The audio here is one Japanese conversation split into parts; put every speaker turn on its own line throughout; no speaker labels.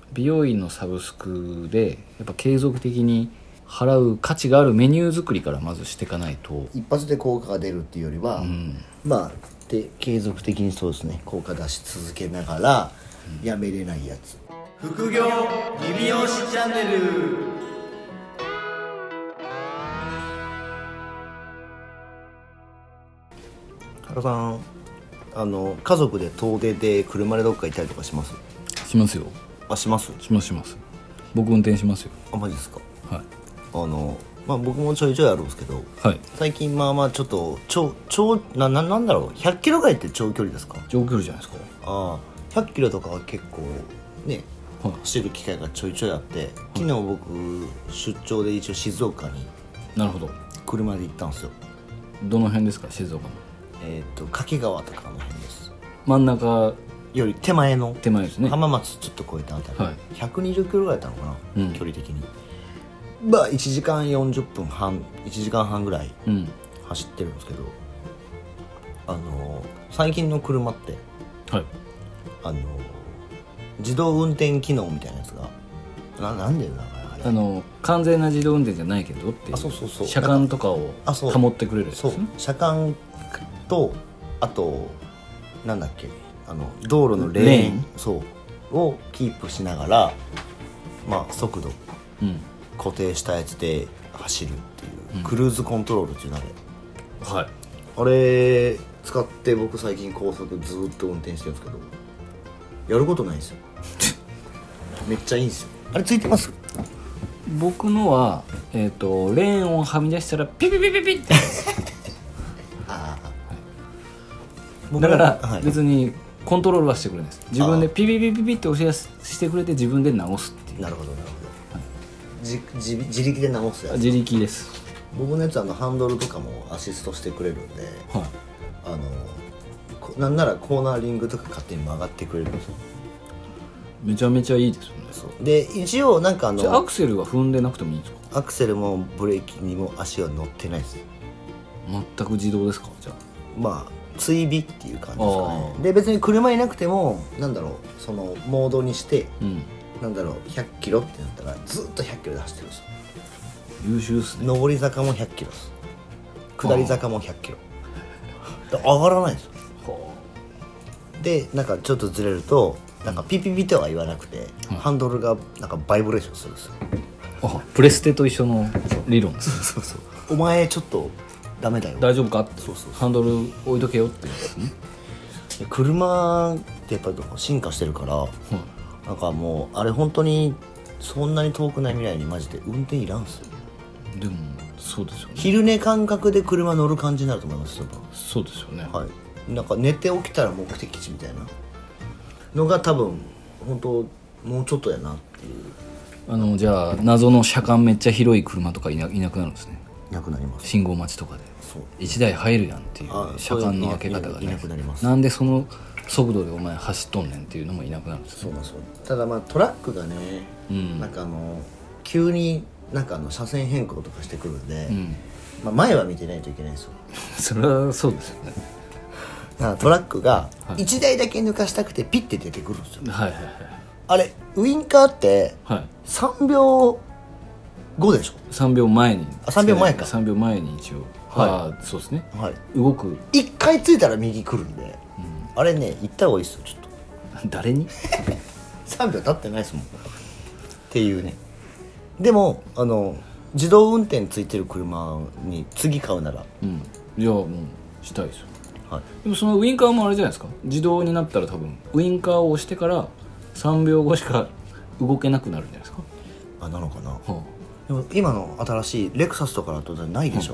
美容院のサブスクでやっぱ継続的に払う価値があるメニュー作りからまずしていかないと、
一発で効果が出るっていうよりは、まあで継続的にそうですね、効果出し続けながらやめれないやつ。副業リビオシチャンネル。原さん、家族で遠出で車でどっか行ったりとかします？
しますよ。
あ、します？
しますします。僕運転しますよ。
あ、マジですか？
はい。
僕もちょいちょいあるんですけど、
はい。
最近ちょっとなんだろう、100キロぐらいって長距離ですか？
長距離じゃないですか。
ああ、100キロとかは結構ね、
はい。
走る機会がちょいちょいあって、昨日僕出張で一応静岡に
なるほど。
車で行ったんですよ。
どの辺ですか、静岡の？
掛川とかの辺です。
真ん中
より手前の
手前ですね。
浜松ちょっと越えたあたり、
はい、
120キロぐらいだったのかな、
うん、
距離的に。まあ1時間40分半、1時間半ぐらい走ってるんですけど、最近の車って、
はい、
自動運転機能みたいなやつがなんでだろう、
完全な自動運転じゃないけどっていう、
そう
車間とかを保ってくれるやつですね。
車間と、あとなんだっけ、道路のレーンそうをキープしながら、まあ速度、固定したやつで走るっていう、クルーズコントロールっていうの
はい、
あれ使って僕最近高速ずっと運転してるんですけど、やることないんですよめっちゃいいんですよ。あれついてます？
僕のは、レーンをはみ出したらピピピピピって
あ、
はい、だから別にコントロールはしてくれないです。自分でピピピピピって押ししてくれて自分で直すっていう。
なるほどなるほど、はい、自力で直すやつ。
自力です。
僕のやつはハンドルとかもアシストしてくれるんで、
はい、
なんならコーナーリングとか勝手に曲がってくれるんですよ。
めちゃめちゃいいですよね。
そうで、一応じゃあ
アクセルは踏んでなくてもいいんですか？
アクセルもブレーキにも足は乗ってないです。
全く自動ですか？じゃあ
まあ追尾っていう感じですかね。で別に車いなくてもそのモードにして、100キロってなったらずっと100キロで走ってるんですよ。
優秀ですね。
上り坂も100キロです。下り坂も100キロ上がらないんですよ。でちょっとずれるとピピピとは言わなくて、ハンドルがバイブレーションするんですよ。
あ、プレステと一緒の理論です。
そうお前ちょっとダメだよ、
大丈夫かって。
そう
ハンドル置いとけよって言うんですね。
車ってやっぱ進化してるから、もうあれ本当にそんなに遠くない未来にマジで運転いらんすよ。
でもそうですよね。
昼寝感覚で車乗る感じになると思いますよ。
そうですよね。
はい。寝て起きたら目的地みたいなのが多分本当もうちょっとやなっていう。
じゃあ謎の車間めっちゃ広い車とかいなくなるんですね。
いなくなります。
信号待ちとかで
そう
1台入るやんっていう車間の開け方がね、
いなくなります。
なんでその速度でお前走っとんねんっていうのもいなくなるんですよ。
そうただトラックがね、急に車線変更とかしてくるんで、前は見てないといけないんですよ
それはそうですよね。
トラックが1台だけ抜かしたくてピッて出てくるんですよ。
はいはいはい。
あれウインカーって3秒後でしょ。
3秒前に。
3秒前か。
3秒前に一応。はい、そうですね。
はい。
動く。
1回ついたら右来るんで、あれね、行った方がいいですよちょっと。
誰に
3秒経ってないですもんっていうね。でも自動運転ついてる車に次買うなら、
じゃあもうしたいですよ。
はい。
でもそのウインカーもあれじゃないですか。自動になったら多分ウインカーを押してから3秒後しか動けなくなるんじゃないですか。
なのかな。でも今の新しいレクサスとかだとないでしょ、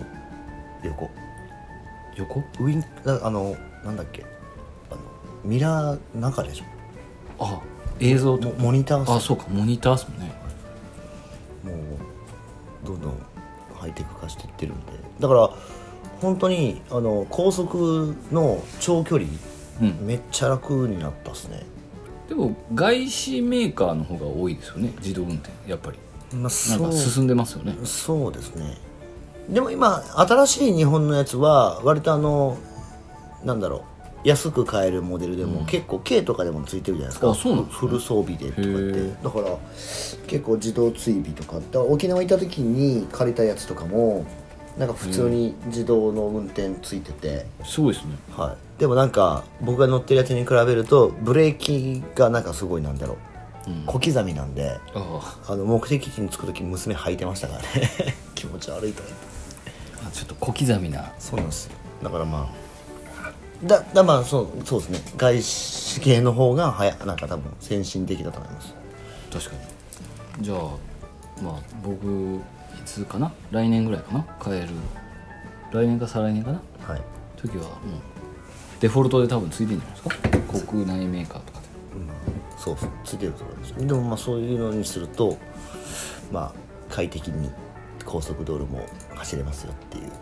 横ウインなんだっけ、ミラー中でしょ。
あ、映像と
モニター。
そうか、モニターですもんね。
もうどんどんハイテク化していってるんで、だから本当に高速の長距離、めっちゃ楽になったっすね。
でも外資メーカーの方が多いですよね、自動運転。やっぱりなんか進んでますよね。
そうですね。でも今新しい日本のやつは割と安く買えるモデルでも、結構軽とかでもついてるじゃないですか。
あ、そうなんですね。
フル装備でとかってだから結構自動追尾とか、だから沖縄行った時に借りたやつとかもなんか普通に自動の運転ついてて、
すごいですね。
はい、でもなんか僕が乗ってるやつに比べるとブレーキがなんかすごいなんだろう、小刻みなんで、目的地に着く時娘履いてましたからね気持ち悪いとか言って、
ちょっと小刻みな。
そうなんですよ。だからまあまあそうですね、外資系の方がなんか多分先進的だと思います。
確かに。じゃあまあ僕いつかな、来年ぐらいかな、買える、来年か再来年かな、
はい、
時はもうデフォルトで多分ついてるんじゃないですか、国内メーカーとかで。
そうついてると思います。でもまあそういうのにするとまあ快適に高速道路も走れますよっていう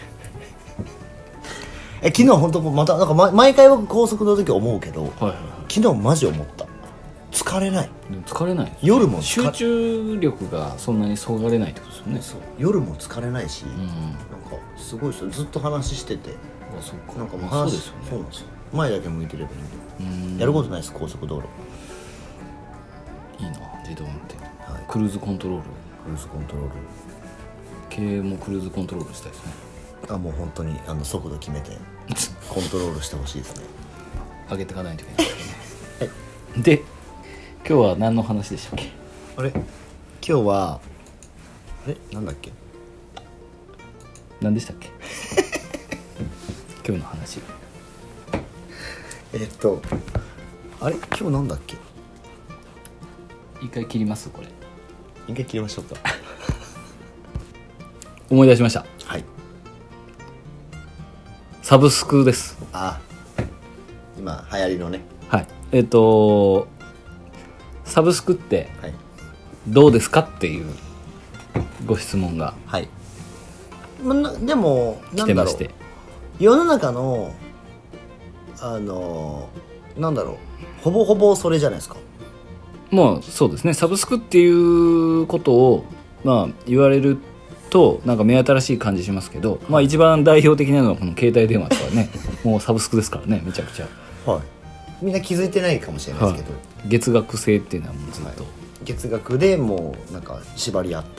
昨日本当またなんか毎回僕高速の時思うけど、昨日マジ思った。疲れない。
でも疲れないです、
夜も
集中力がそんなにそがれないってことですよね。
そう、夜も疲れないし、なんかすごいですよ。ずっと話してて、
そっか、
なんかもう
そうですよね。
そうなんですよ。前だけ向いてればいいんで、やることないです。高速道路
いいな、自動運転、
はい、
クルーズコントロール、
クルーズコントロール、
経営もクルーズコントロールしたいですね。
もう本当に速度決めてコントロールしてほしいですね
上げていかないといけないですねはい、で今日は何の話でしたっけ。
あれ今日はなんだっけ、
何でしたっけ今日の話、
あれ今日なんだっけ。
一回切ります、これ
一回切りましょうか
思い出しました。
はい、
サブスクです。
今流行りのね。
はい、サブスクって
はい、
どうですかっていうご質問が
はい、でも
来てまして、
世の中のなんだろう、ほぼほぼそれじゃないですか。
もうそうですね、サブスクっていうことをまあ言われるとなんか目新しい感じしますけど、まあ一番代表的なのはこの携帯電話とかねもうサブスクですからね、めちゃくちゃ。
はい、みんな気づいてないかもしれないですけど、
月額制っていうのはもうずっと、
月額でもうなんか縛りあって、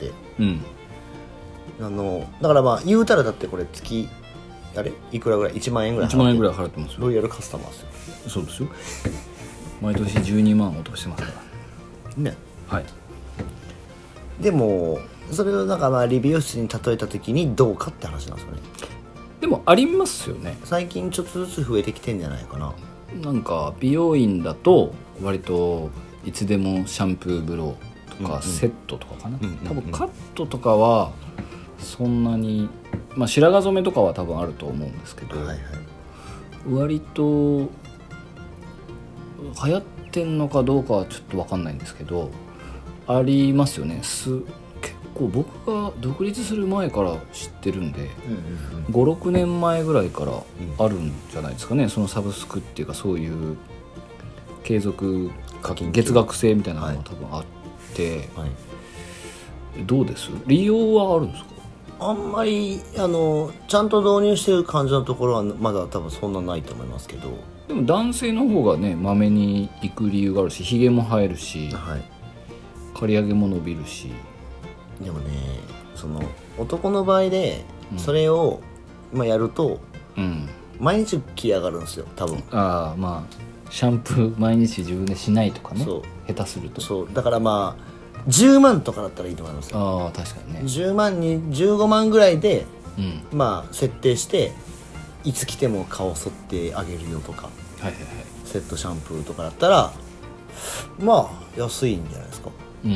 だ
からまあ言うたらだってこれ月いくらぐらい、1万円ぐらい
1万円ぐらい払ってますよ。
ロイヤルカスタマーですよ。
そうですよ、毎年12万落としてますから
ね。
はい。
でもそれをなんかまあリ美容室に例えた時にどうかって話なんですよね。
でもありますよね、
最近ちょっとずつ増えてきてんじゃないかな。
なんか美容院だと割といつでもシャンプー風呂とかセットとかかな、多分カットとかはそんなに、まあ白髪染めとかは多分あると思うんですけど、割と流行ってんのかどうかはちょっと分かんないんですけど、ありますよね。結構僕が独立する前から知ってるんで、5、6年前ぐらいからあるんじゃないですかね、そのサブスクっていうか、そういう継続課金月額制みたいなのが多分あって、どうです？利用はあるんですか？
あんまりちゃんと導入してる感じのところはまだ多分そんなないと思いますけど、
でも男性の方がねまめに行く理由があるし、ひげも生えるし、刈り上げも伸びるし。
でもね、その男の場合でそれをやると、毎日着上がるんですよ多分。
まあシャンプー毎日自分でしないとかね、下手すると。
そうだからまあ10万とかだったらいいと思いますよ。
確かにね。
10万に15万ぐらいで、まあ設定していつ来ても顔剃ってあげるよとか、セットシャンプーとかだったらまあ安いんじゃないですか。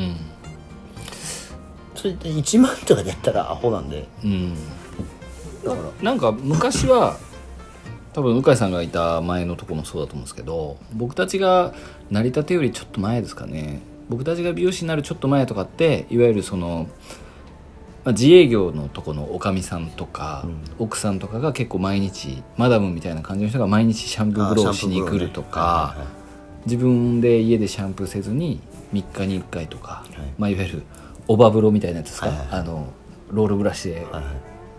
それで1万とかでやったらアホなんで、
だからなんか昔は多分向井さんがいた前のところもそうだと思うんですけど、僕たちが成り立てよりちょっと前ですかね、僕たちが美容師になるちょっと前とかって、いわゆるその、自営業のとこのおかみさんとか、奥さんとかが結構毎日マダムみたいな感じの人が毎日シャンプー風呂をしに来るとか、自分で家でシャンプーせずに3日に1回とか、いわゆるおば風呂みたいなやつですか、ロールブラシで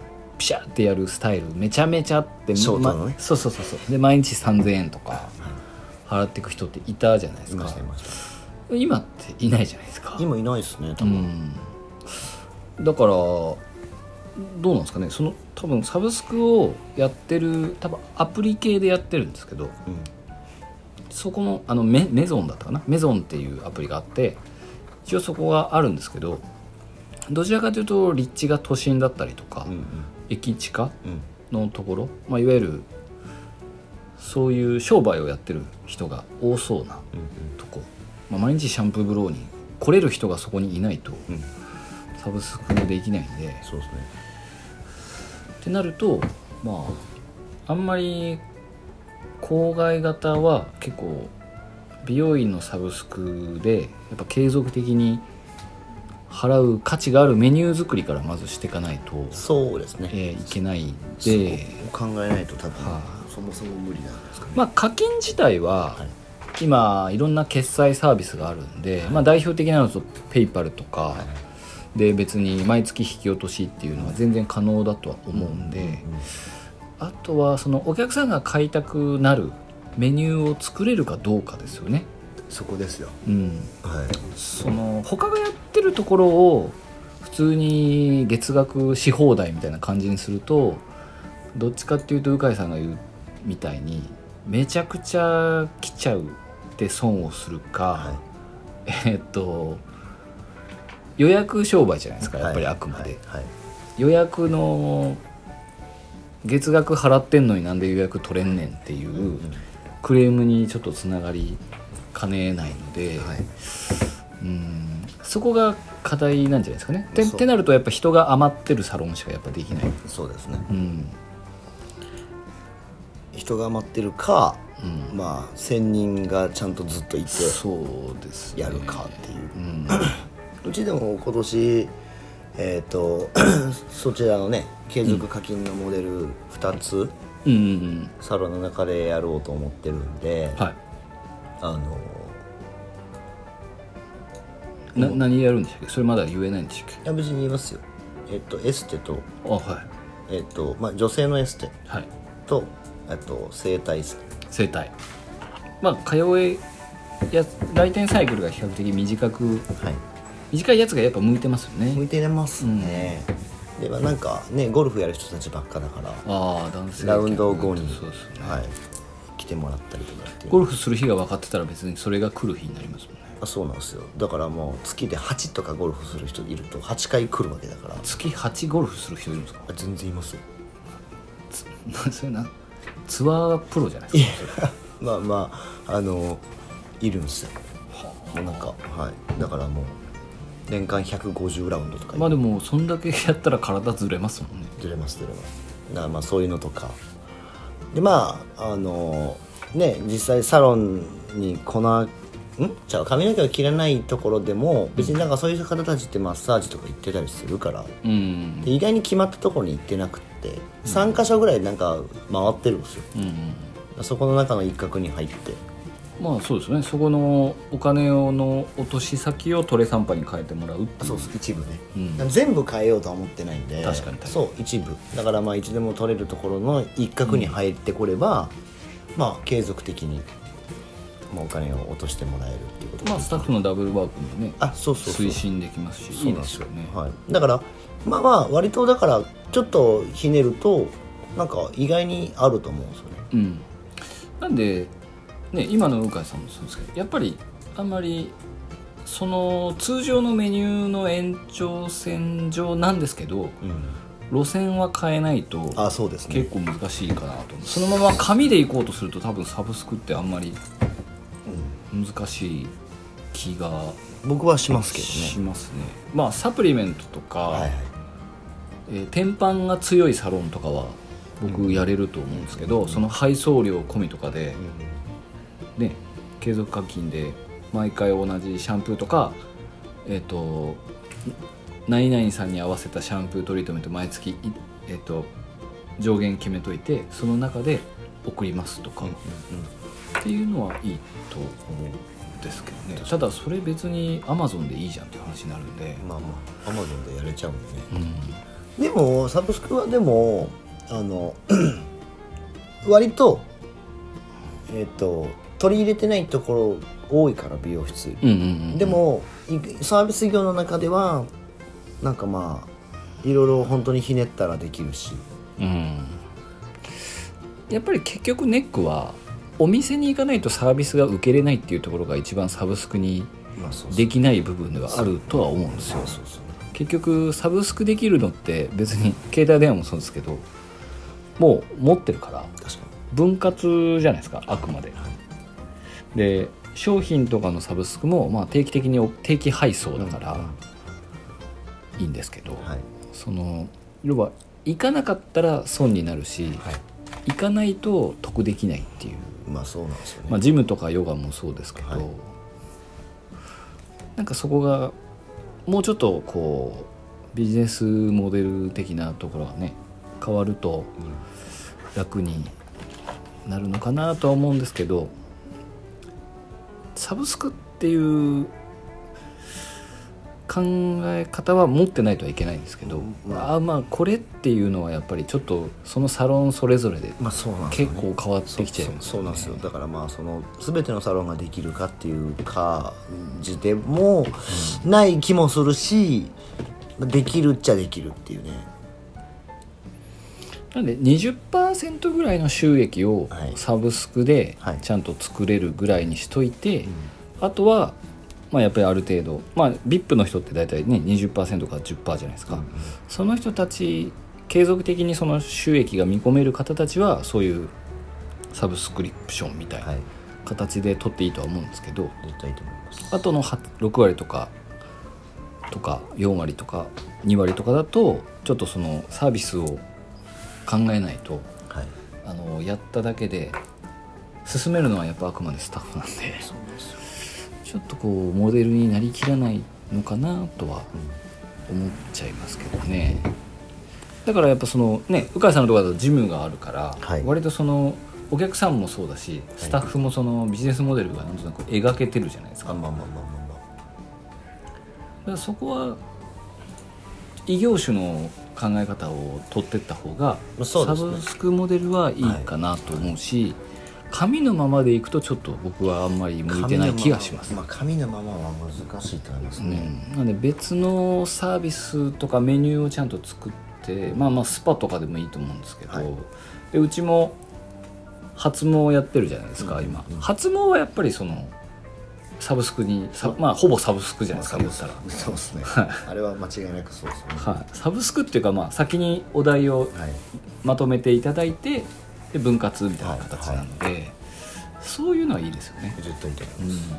ピシャってやるスタイルめちゃめちゃあって
ショートのね、
そうで毎日3000円とか払っていく人っていたじゃないですか。
いました
今っていないじゃないですか。
今いないですね多分、
だからどうなんですかね、その多分サブスクをやってる多分アプリ系でやってるんですけど、そこのメゾンだったかな、メゾンっていうアプリがあって一応そこがあるんですけど、どちらかというと立地が都心だったりとか、駅地下のところ、いわゆるそういう商売をやってる人が多そうなとこ、毎日シャンプーブローに来れる人がそこにいないと、サブスクもできないんで、
そうですね。
ってなるとあんまり郊外型は結構美容院のサブスクでやっぱ継続的に払う価値があるメニュー作りからまずしていかないと、
そうですね、
いけないんで、
考えないと多分、そもそも無理なんですかね。
課金自体は、今いろんな決済サービスがあるんで、代表的なのだとペイパルとか、で別に毎月引き落としっていうのは全然可能だとは思うんで、あとはそのお客さんが買いたくなるメニューを作れるかどうかですよね。
そこですよ、
その他がやってるところを普通に月額し放題みたいな感じにすると、どっちかっていうと鵜飼さんが言うみたいにめちゃくちゃ来ちゃうって損をするか、予約商売じゃないですかやっぱり、あくまで、予約の月額払ってんのになんで予約取れんねんっていうクレームにちょっとつながりかねないので、そこが課題なんじゃないですかね。ってなるとやっぱ人が余ってるサロンしかやっぱできない。
そうですね、人が余ってるか、1000人がちゃんとずっといて
そうですね、
やるかっていう、うちでも今年そちらのね継続課金のモデル2つ、サロンの中でやろうと思ってるんで、
何やるんでしたっけ？それまだ言えないんでしたっけ？
いや別に言いますよ。エステと、女性のエステと、整体エステ。
整体。来店サイクルが比較的短いやつがやっぱ向いてますよね。
向いてますね。でなんかねゴルフやる人たちばっかだから、
男性
ラウンド後に来てもらったりとかっていう。
ゴルフする日が分かってたら別にそれが来る日になりますもんね。
そうなんですよ。だからもう月で8とかゴルフする人いると8回来るわけだから。
月8ゴルフする人いるんですか？
全然いますよ。
それツアープロじゃないですか。
いるんですよ。だからもう年間150ラウンドとか。
でもそんだけやったら体ずれますもんね。
ずれます。だからそういうのとかで実際サロンに髪の毛を切らないところでも別にそういう方たちってマッサージとか行ってたりするから、で意外に決まったところに行ってなくって3カ所ぐらい回ってるんですよ、そこの中の一角に入って、
そうですね。そこのお金の落とし先をトレサンパに変えてもらうっていう。
そうです、一部ね、全部変えようとは思ってないんで。
確かに
そう一部だからいつでも取れるところの一角に入ってこれば、継続的にお金を落としてもらえるっていうこと、
スタッフのダブルワークもね
そう
推進できますし、いいですよね。
だから割とだからちょっとひねると意外にあると思うんですよね。
なんで今の鵜飼さんもそうですけど、やっぱりあんまりその通常のメニューの延長線上なんですけど、路線は変えないと結構難しいかなと。そのまま紙で行こうとすると多分サブスクってあんまり難しい気が
僕はしますけどね。
しますね。サプリメントとか、天板が強いサロンとかは僕やれると思うんですけど、その配送料込みとかで、継続課金で毎回同じシャンプーとか何々さんに合わせたシャンプートリートメント毎月、上限決めといてその中で送りますとか、っていうのはいいと思うんですけどね。ただそれ別に Amazon でいいじゃんっていう話になるんで、
Amazon でやれちゃうんでね。 でもサブスクはでも割と取り入れてないところ多いから美容室、でもサービス業の中ではなんかまあいろいろ本当にひねったらできるし、
やっぱり結局ネックはお店に行かないとサービスが受けれないっていうところが一番サブスクにできない部分ではあるとは思うんですよ。結局サブスクできるのって別に携帯電話もそうですけどもう持ってるから分割じゃないですか、あくまで。で商品とかのサブスクもまあ定期的に定期配送だからいいんですけど、その要は行かなかったら損になるし、行かないと得できないっていう。
そうなんですよね。
まあ、ジムとかヨガもそうですけど、なんかそこがもうちょっとこうビジネスモデル的なところがね変わると楽になるのかなとは思うんですけど、サブスクっていう考え方は持ってないとはいけないんですけど、まあこれっていうのはやっぱりちょっとそのサロンそれぞれで結構変わってきちゃいますよね。
そうなんですよ。だからまあその全てのサロンができるかっていう感じでもない気もするし、できるっちゃできるっていうね。
なんで 20% ぐらいの収益をサブスクでちゃんと作れるぐらいにしといて、あとはまあやっぱりある程度、まあ VIP の人って大体ね 20% から 10% じゃないですか、その人たち継続的にその収益が見込める方たちはそういうサブスクリプションみたいな形で取っていいとは思うんですけど、あとの6割とか4割とか2割とかだとちょっとそのサービスを考えないと、やっただけで進めるのはやっぱあくまでスタッフなんで、ちょっとこうモデルになりきらないのかなとは思っちゃいますけどね。だからやっぱそのね、鵜飼さんのところだとジムがあるから、割とそのお客さんもそうだしスタッフもそのビジネスモデルがなんとなく描けてるじゃないですか。だからそこは異業種の考え方を取っていった方が、サブスクモデルはいいかなと思うし、紙のままでいくとちょっと僕はあんまり向いてない気がします。
紙のままは難しいと思いますね。
なので別のサービスとかメニューをちゃんと作って、まあスパとかでもいいと思うんですけど、でうちも発毛をやってるじゃないですか、今。発毛はやっぱりそのサブスクにまあほぼサブスクじゃないですか、言ったら。
そうですね。あれは間違いなくそうですね。
サブスクっていうか、まあ先にお題をまとめていただいて、で分割みたいな形なので、そういうのはいいですよね。
絶対いいと思います。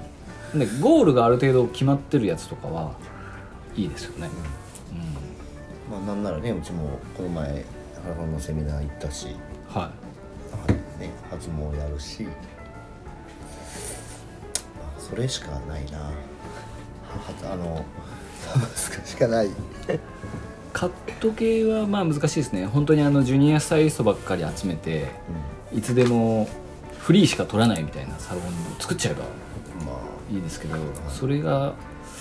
でゴールがある程度決まってるやつとかはいいですよね。
まあなんならね、うちもこの前ハラファンのセミナー行ったし、ね、発毛やるし、それしかないな。サブスクしかない。
カット系はまあ難しいですね。本当にジュニアスタイリストばっかり集めて、いつでもフリーしか取らないみたいなサロンを作っちゃえばいいですけど、それが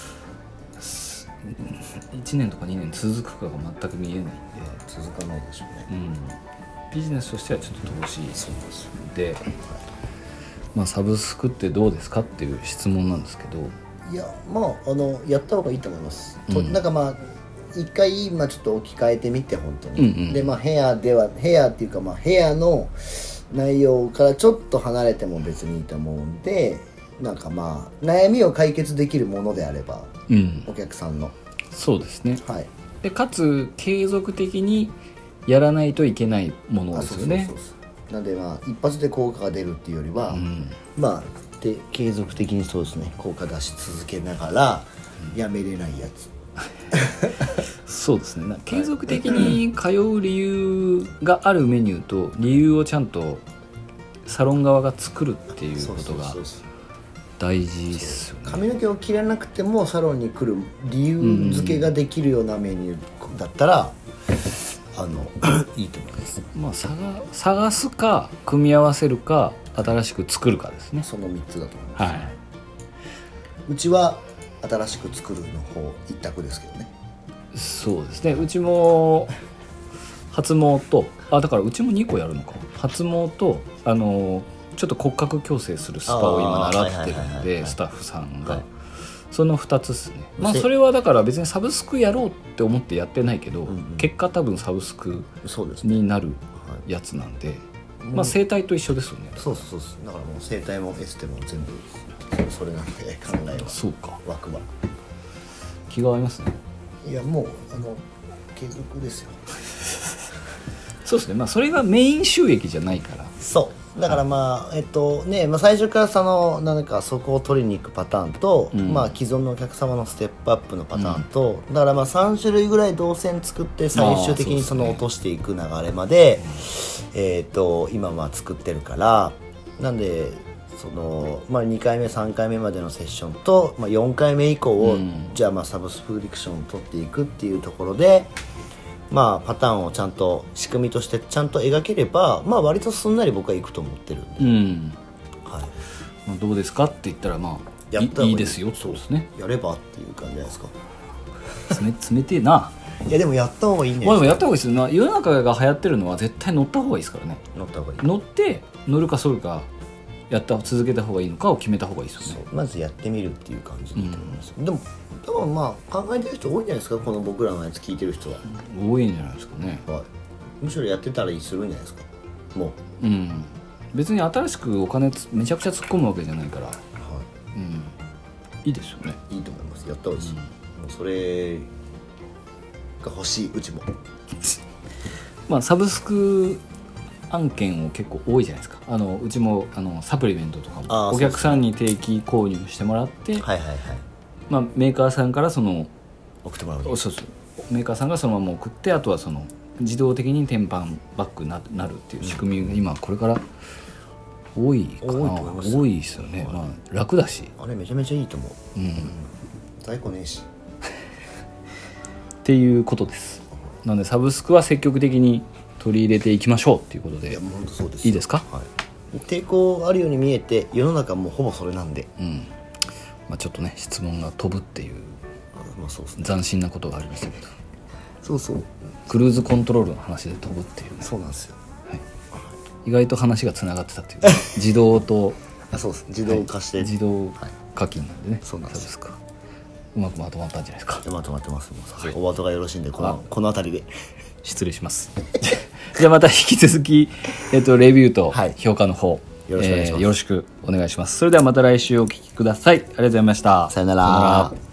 1年とか2年続くかが全く見えないんで。
続かないでしょうね。
ビジネスとしてはちょっと乏しいで、まあサブスクってどうですかっていう質問なんですけど、
いややった方がいいと思います。なんかまあ一回ちょっと置き換えてみて本当に、でヘアっていうかヘアの内容からちょっと離れても別にいいと思うんで、なんか悩みを解決できるものであれば、お客さんの
そうですね、でかつ継続的にやらないといけないものですよね。
なんで一発で効果が出るっていうよりは、で継続的にそうですね、効果出し続けながらやめれないやつ。
そうですね。継続的に通う理由があるメニューと理由をちゃんとサロン側が作るっていうことが大事ですよね。
髪の毛を切らなくてもサロンに来る理由付けができるようなメニューだったら、いいと思います。
探すか組み合わせるか新しく作るかですね。
その3つだと思います。うちは新しく作るの方一択ですけどね。
そうですね。うちも発毛とだからうちも2個やるのか。発毛とちょっと骨格矯正するスパを今習ってるんで、スタッフさんが、その2つですね。まあそれはだから別にサブスクやろうって思ってやってないけど、結果多分サブスクになるやつなんで、まあ整体と一緒ですよね。
そうだからもう整体もエステも全部それなんで考えは。
そうか、
枠は
気が合いますね。
いやもう継続ですよ。
そうですね。まあそれがメイン収益じゃないから。
そうだからまあ最初から何かそこを取りに行くパターンと、まあ既存のお客様のステップアップのパターンと、だからまあ3種類ぐらい動線作って最終的に落としていく流れまで、今まあ作ってるから、なんでまあ、2回目3回目までのセッションと、まあ、4回目以降を、じゃあまあサブスクリプションを取っていくっていうところで、まあ、パターンをちゃんと仕組みとしてちゃんと描ければ、まあ、割とすんなり僕はいくと思ってるんで、
はい、まあ、どうですかって言ったらまあいいですよ。そうですね。
やればっていう感じじゃないですか。
冷てえな。
いやでもやった方がいいんじゃ
ないですか。
ないですか。
やった方がいいですよ。世の中が流行ってるのは絶対乗った方がいいですからね。
乗った方がいい。
乗るかそるか続けた方がいいのかを決めた方がいいですよね。
まずやってみるっていう感じでいいと思います、でも多分まあ考えてる人多いんじゃないですか、この僕らのやつ聞いてる人は。
多いんじゃないですかね。
むしろやってたらいいするんじゃないですか。もう
別に新しくお金めちゃくちゃ突っ込むわけじゃないから、いいですよね。
いいと思います。やった方がいいです、もうそれが欲しい。うちも
まあサブスク案件を結構多いじゃないですか。うちもサプリメントとかもお客さんに定期購入してもらって、まあ、メーカーさんから送
ってもらう。
メーカーさんがそのまま送って、あとは自動的に天板バッグになるっていう仕組みが今これから多いかな。多いですよね。まあ楽だし、
あれめちゃめちゃいいと思う。在庫ねえし
っていうことです。なのでサブスクは積極的に取り入れていきましょうっていうことで。いやもう本当そうです。いいですか。
抵抗あるように見えて世の中もほぼそれなんで、
まあ、ちょっとね質問が飛ぶっていう
そうですね、
斬新なことがありましたけど、
そう
クルーズコントロールの話で飛ぶっていう、
そうなんですよ、
意外と話がつながってたっていう自動と
そうです、自動化して、
自動課金なんでね。
そうなんですか。
うまくまとまったんじゃないですか。
まとまってます。お後がよろしいんでこの辺りで
失礼しますじゃあまた引き続き、レビューと評価の方、よろしくお願いします。それではまた来週お聞きください。ありがとうございました。
さよなら。